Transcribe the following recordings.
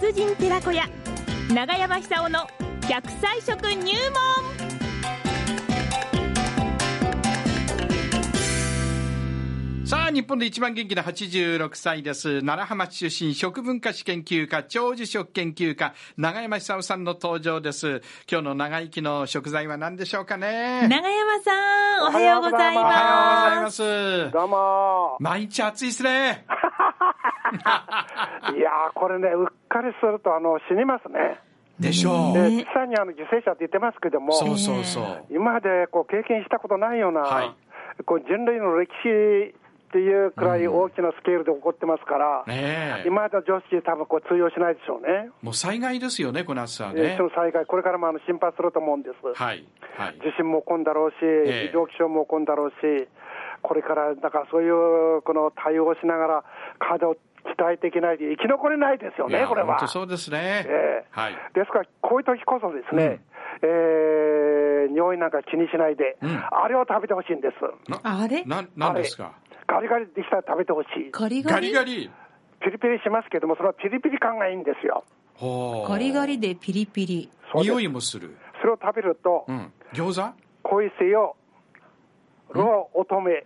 達人寺子屋長山久夫の100歳食入門。 さあ、日本で一番元気な86歳です。楢葉町出身、食文化史研究家、長寿食研究家、長山久夫さんの登場です。今日の長生きの食材は何でしょうかね。 長山さん、おはようございます。 おはようございます。 どうも。 毎日暑いですね。 いやー、これね、うっかりすると死にますね。 でしょう。 実際に犠牲者って言ってますけども、 そうそうそう。 今まで経験したことないような、 はい、 人類の歴史っていうくらい大きなスケールで起こってますから、今までの常識多分通用しないでしょうね。 もう災害ですよね、この暑さはね。 その災害、これからも心配すると思うんです。 はいはい、 地震も起こるんだろうし、異常気象も起こるんだろうし、これからだからそういう対応しながら体を鍛えていけないで生き残れないですよね、これは。 本当そうですね。 はい、ですからこういう時こそですね、匂いなんか気にしないで、あれを食べてほしいんです。 あれ？ なんですか？ ガリガリできたら食べてほしい。 ガリガリガリピリピリしますけども、そのピリピリ感がいいんですよ。 ガリガリでピリピリ、 匂いもする。 それを食べると、 餃子恋せよ老乙女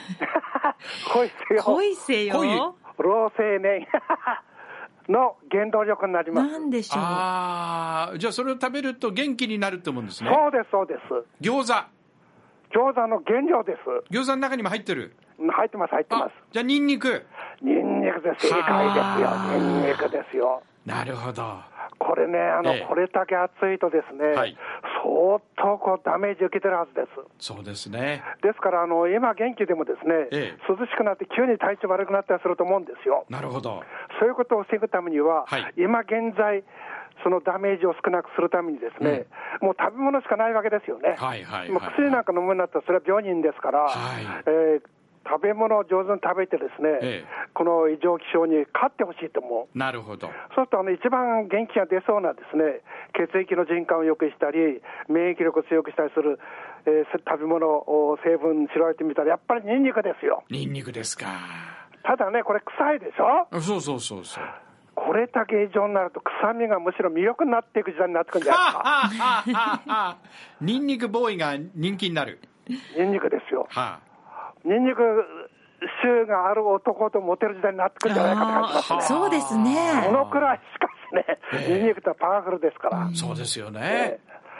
恋せよ老青年の原動力になります。 なんでしょう。 じゃあそれを食べると元気になると思うんですね。 そうですそうです。 餃子の原料です。 餃子の中にも入ってる。 入ってます入ってます。 じゃあニンニクです。 正解ですよ。ニンニクですよ。 なるほど。 これね、これだけ暑いとですね、相当ダメージ受けてるはずです。 そうですね。 ですから今元気でもですね、涼しくなって急に体調悪くなったりすると思うんですよ。 なるほど。 そういうことを防ぐためには、今現在そのダメージを少なくするためにですね、もう食べ物しかないわけですよね。もう薬なんか飲むようになったらそれは病人ですから、食べ物を上手に食べてですね、この異常気象に勝ってほしいと思う。 なるほど。 そうすると一番元気が出そうなですね、血液の循環を良くしたり免疫力を強くしたりする、食べ物を成分調べてみたらやっぱりニンニクですよ。 ニンニクですか。 ただね、これ臭いでしょ。 そうこれだけ異常になると臭みがむしろ魅力になっていく時代になってくるんじゃないですか。 ニンニクボーイが人気になる。 ニンニクですよ。ニンニク臭がある男とモテる時代になってくるんじゃないかと感じますね。 そうですね。 このくらいしかしね、ニンニクってパワフルですから。 そうですよね。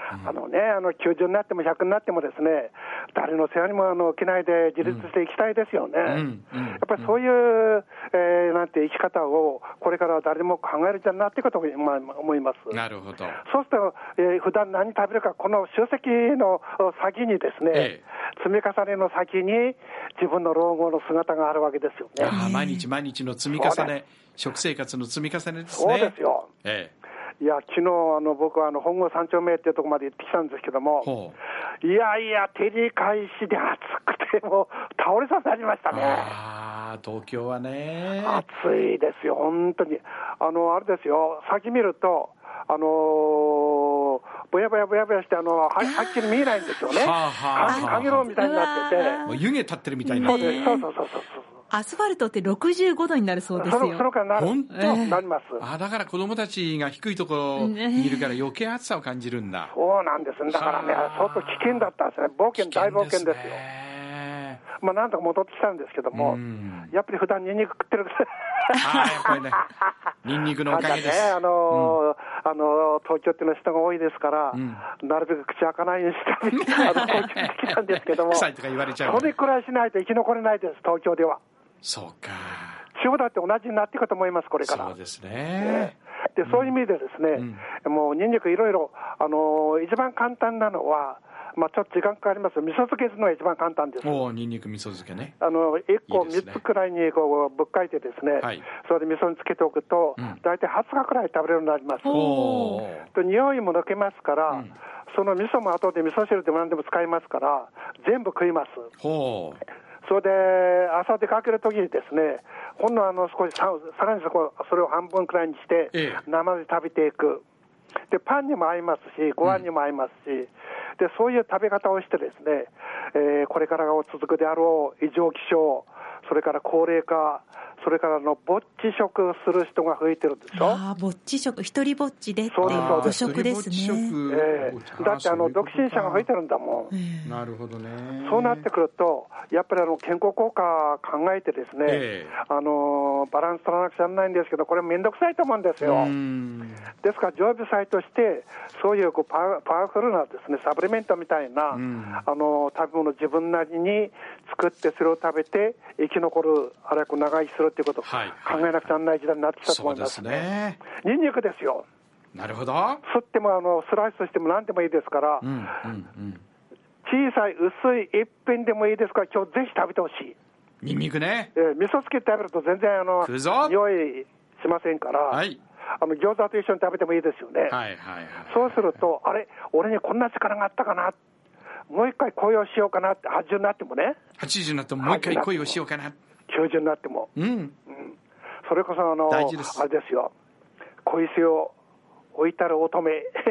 90になっても100になってもですね、誰の世話にも受けないで自立していきたいですよね。やっぱりそういう、なんて生き方をこれからは誰も考えるじゃなってことを思います。 なるほど。 そうすると、普段何食べるか、この集積の先にですね、積み重ねの先に自分の老後の姿があるわけですよね。 毎日毎日の積み重ね、食生活の積み重ねですね。 そうですよ。いや昨日僕は本郷三丁目っていうところまで行ってきたんですけども、いや照り返しで暑くてもう倒れそうになりましたね。 東京はね暑いですよ本当に。あれですよ、先見るとぼやぼやしてはっきり見えないんですよね。かげろうみたいになってて、 もう湯気立ってるみたいになってる。 そうアスファルトって65度になるそうですよ。 そのからなる。 本当、 なります。 だから子供たちが低いところにいるから余計暑さを感じるんだ。 そうなんです。だからね、相当危険だったんですね。大冒険ですよ。なんとか戻ってきたんですけども、やっぱり普段ニンニク食ってるやっぱりね、ニンニクのおかげです。 東京っていうのは人が多いですから、なるべく口開かないようにしてきたんですけども、 臭いとか言われちゃう。 それくらいしないと生き残れないです、東京では。 そうか。 地方だって同じになっていくと思います、これから。 そうですね。 でそういう意味でですね、もうニンニクいろいろ一番簡単なのは、ちょっと時間かかります。味噌漬けするのが一番簡単です。 ニンニク味噌漬けね。 1個3つくらいにぶっかいてですね、それで味噌につけておくと、大体20日くらい食べれるようになります。匂いも抜けますから、その味噌も後で味噌汁でも何でも使いますから、全部食います。それで朝出かけるときにですね、ほんの少しさらにそれを半分くらいにして生で食べていく。でパンにも合いますし、ご飯にも合いますし、でそういう食べ方をしてですね、これから続くであろう異常気象、それから高齢化、 それからぼっち食する人が増えてるでしょ。 ぼっち食、一人ぼっちでっていう誤食ですね。 だって独身者が増えてるんだもん。なるほどね。 そうなってくるとやっぱり健康効果考えてですね、バランス取らなくちゃならないんですけど、これめんどくさいと思うんですよ。ですから常備菜としてそういうパワフルなですね、サプリメントみたいな、食べ物自分なりに作ってそれを食べて生き残る、あるいは長生きするっていうことを考えなくちゃならない時代になってきたと思いますね。ニンニクですよ。 なるほど。 吸ってもスライスしても何でもいいですから、小さい薄い一品でもいいですから、今日ぜひ食べてほしい。 ニンニクね。 味噌つけて食べると全然匂いしませんから、餃子と一緒に食べてもいいですよね。そうすると、あれ、俺にこんな力があったかな、もう一回恋をしようかなって、80になってもね、 80になってももう一回恋をしようかな、 90になっても、それこそ大事です。 あれですよ、恋せを置いたる乙女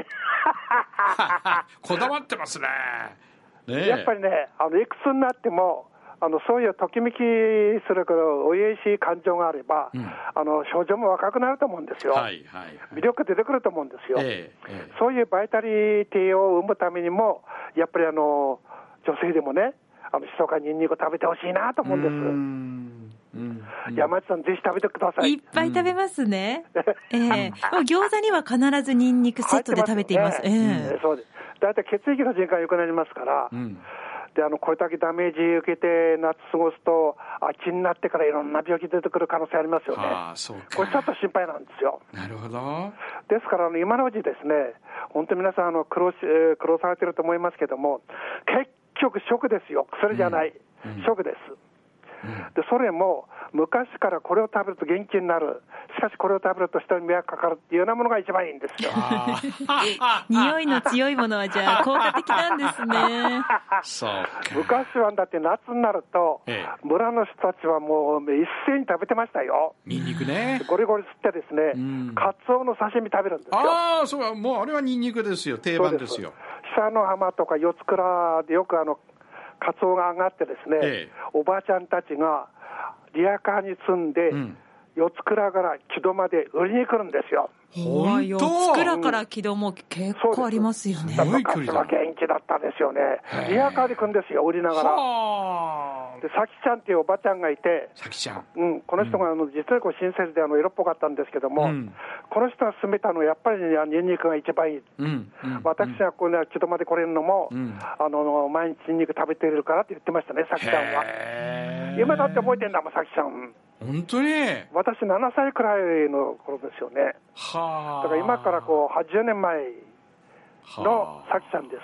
こだわってますね。 やっぱりね、いくつになってもそういうときめきするおいしい感情があれば、症状も若くなると思うんですよ。魅力出てくると思うんですよ。そういうバイタリティを生むためにもやっぱり女性でもね、密かにニンニク食べてほしいなと思うんです。山内さんぜひ食べてください。 いっぱい食べますね。餃子には必ずニンニクセットで食べています。 そうです。だいたい血液の循環良くなりますから、でこれだけダメージ受けて夏過ごすと秋になってからいろんな病気出てくる可能性ありますよね。これちょっと心配なんですよ。 なるほど。 ですから今のうちですね、本当に皆さん苦労されてると思いますけども、結局食ですよ。薬じゃない、食です。でそれも昔からこれを食べると元気になる、しかしこれを食べると人に迷惑かかるっていうようなものが一番いいんですよ。 匂いの強いものはじゃあ効果的なんですね。 昔はだって夏になると、村の人たちはもう一斉に食べてましたよ。 ニンニクね。 ゴリゴリ吸ってですね、カツオの刺身食べるんですよ。 そう、もうあれはニンニクですよ。定番ですよ。 久の浜とか四つ倉でよくカツオが上がってですね、おばあちゃんたちがリヤカーに積んで、四つ倉から木戸まで売りに来るんですよ。 四つ倉から木戸も結構ありますよね。 昔は元気だったですよね。リヤカーで来るんですよ、売りながら。でさきちゃんっていうおばちゃんがいて、この人が実は親切で色っぽかったんですけども、この人が勧めたのはやっぱりニンニクが一番いい。私がこの木戸まで来れるのも、毎日ニンニク食べているからって言ってましたね、さきちゃんは。今だって覚えてんだもん、さきちゃん。 本当に私7歳くらいの頃ですよね。だから今から80年前のさきちゃんです。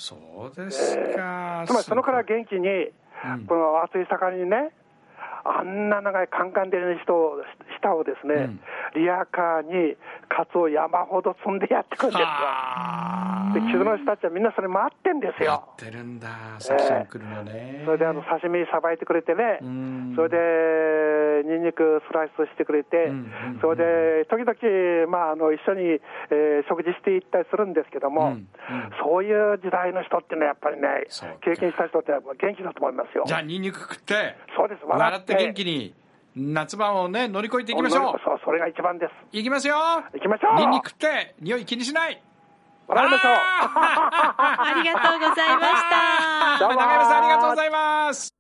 そうですか。 つまりそのから元気に、この暑い盛りにね、あんな長いカンカン照りの下をですね、リヤカーにカツオ山ほど積んでやってくるんですよ。で木戸の人たちはみんなそれ待ってんですよ。 待ってるんだ、さきちゃん来るのね。 それで刺身さばいてくれてね、それでニンニクスライスしてくれて、それで時々、一緒に、食事していったりするんですけども、そういう時代の人ってね、やっぱりね、経験した人って元気だと思いますよ。 じゃあニンニク食って、 そうです、 笑って元気に夏場をね乗り越えていきましょう。 それが一番です。 いきますよ。 行きましょう。 ニンニク食って匂い気にしない。 笑いましょう。 ありがとうございました。 どうも長山さんありがとうございます。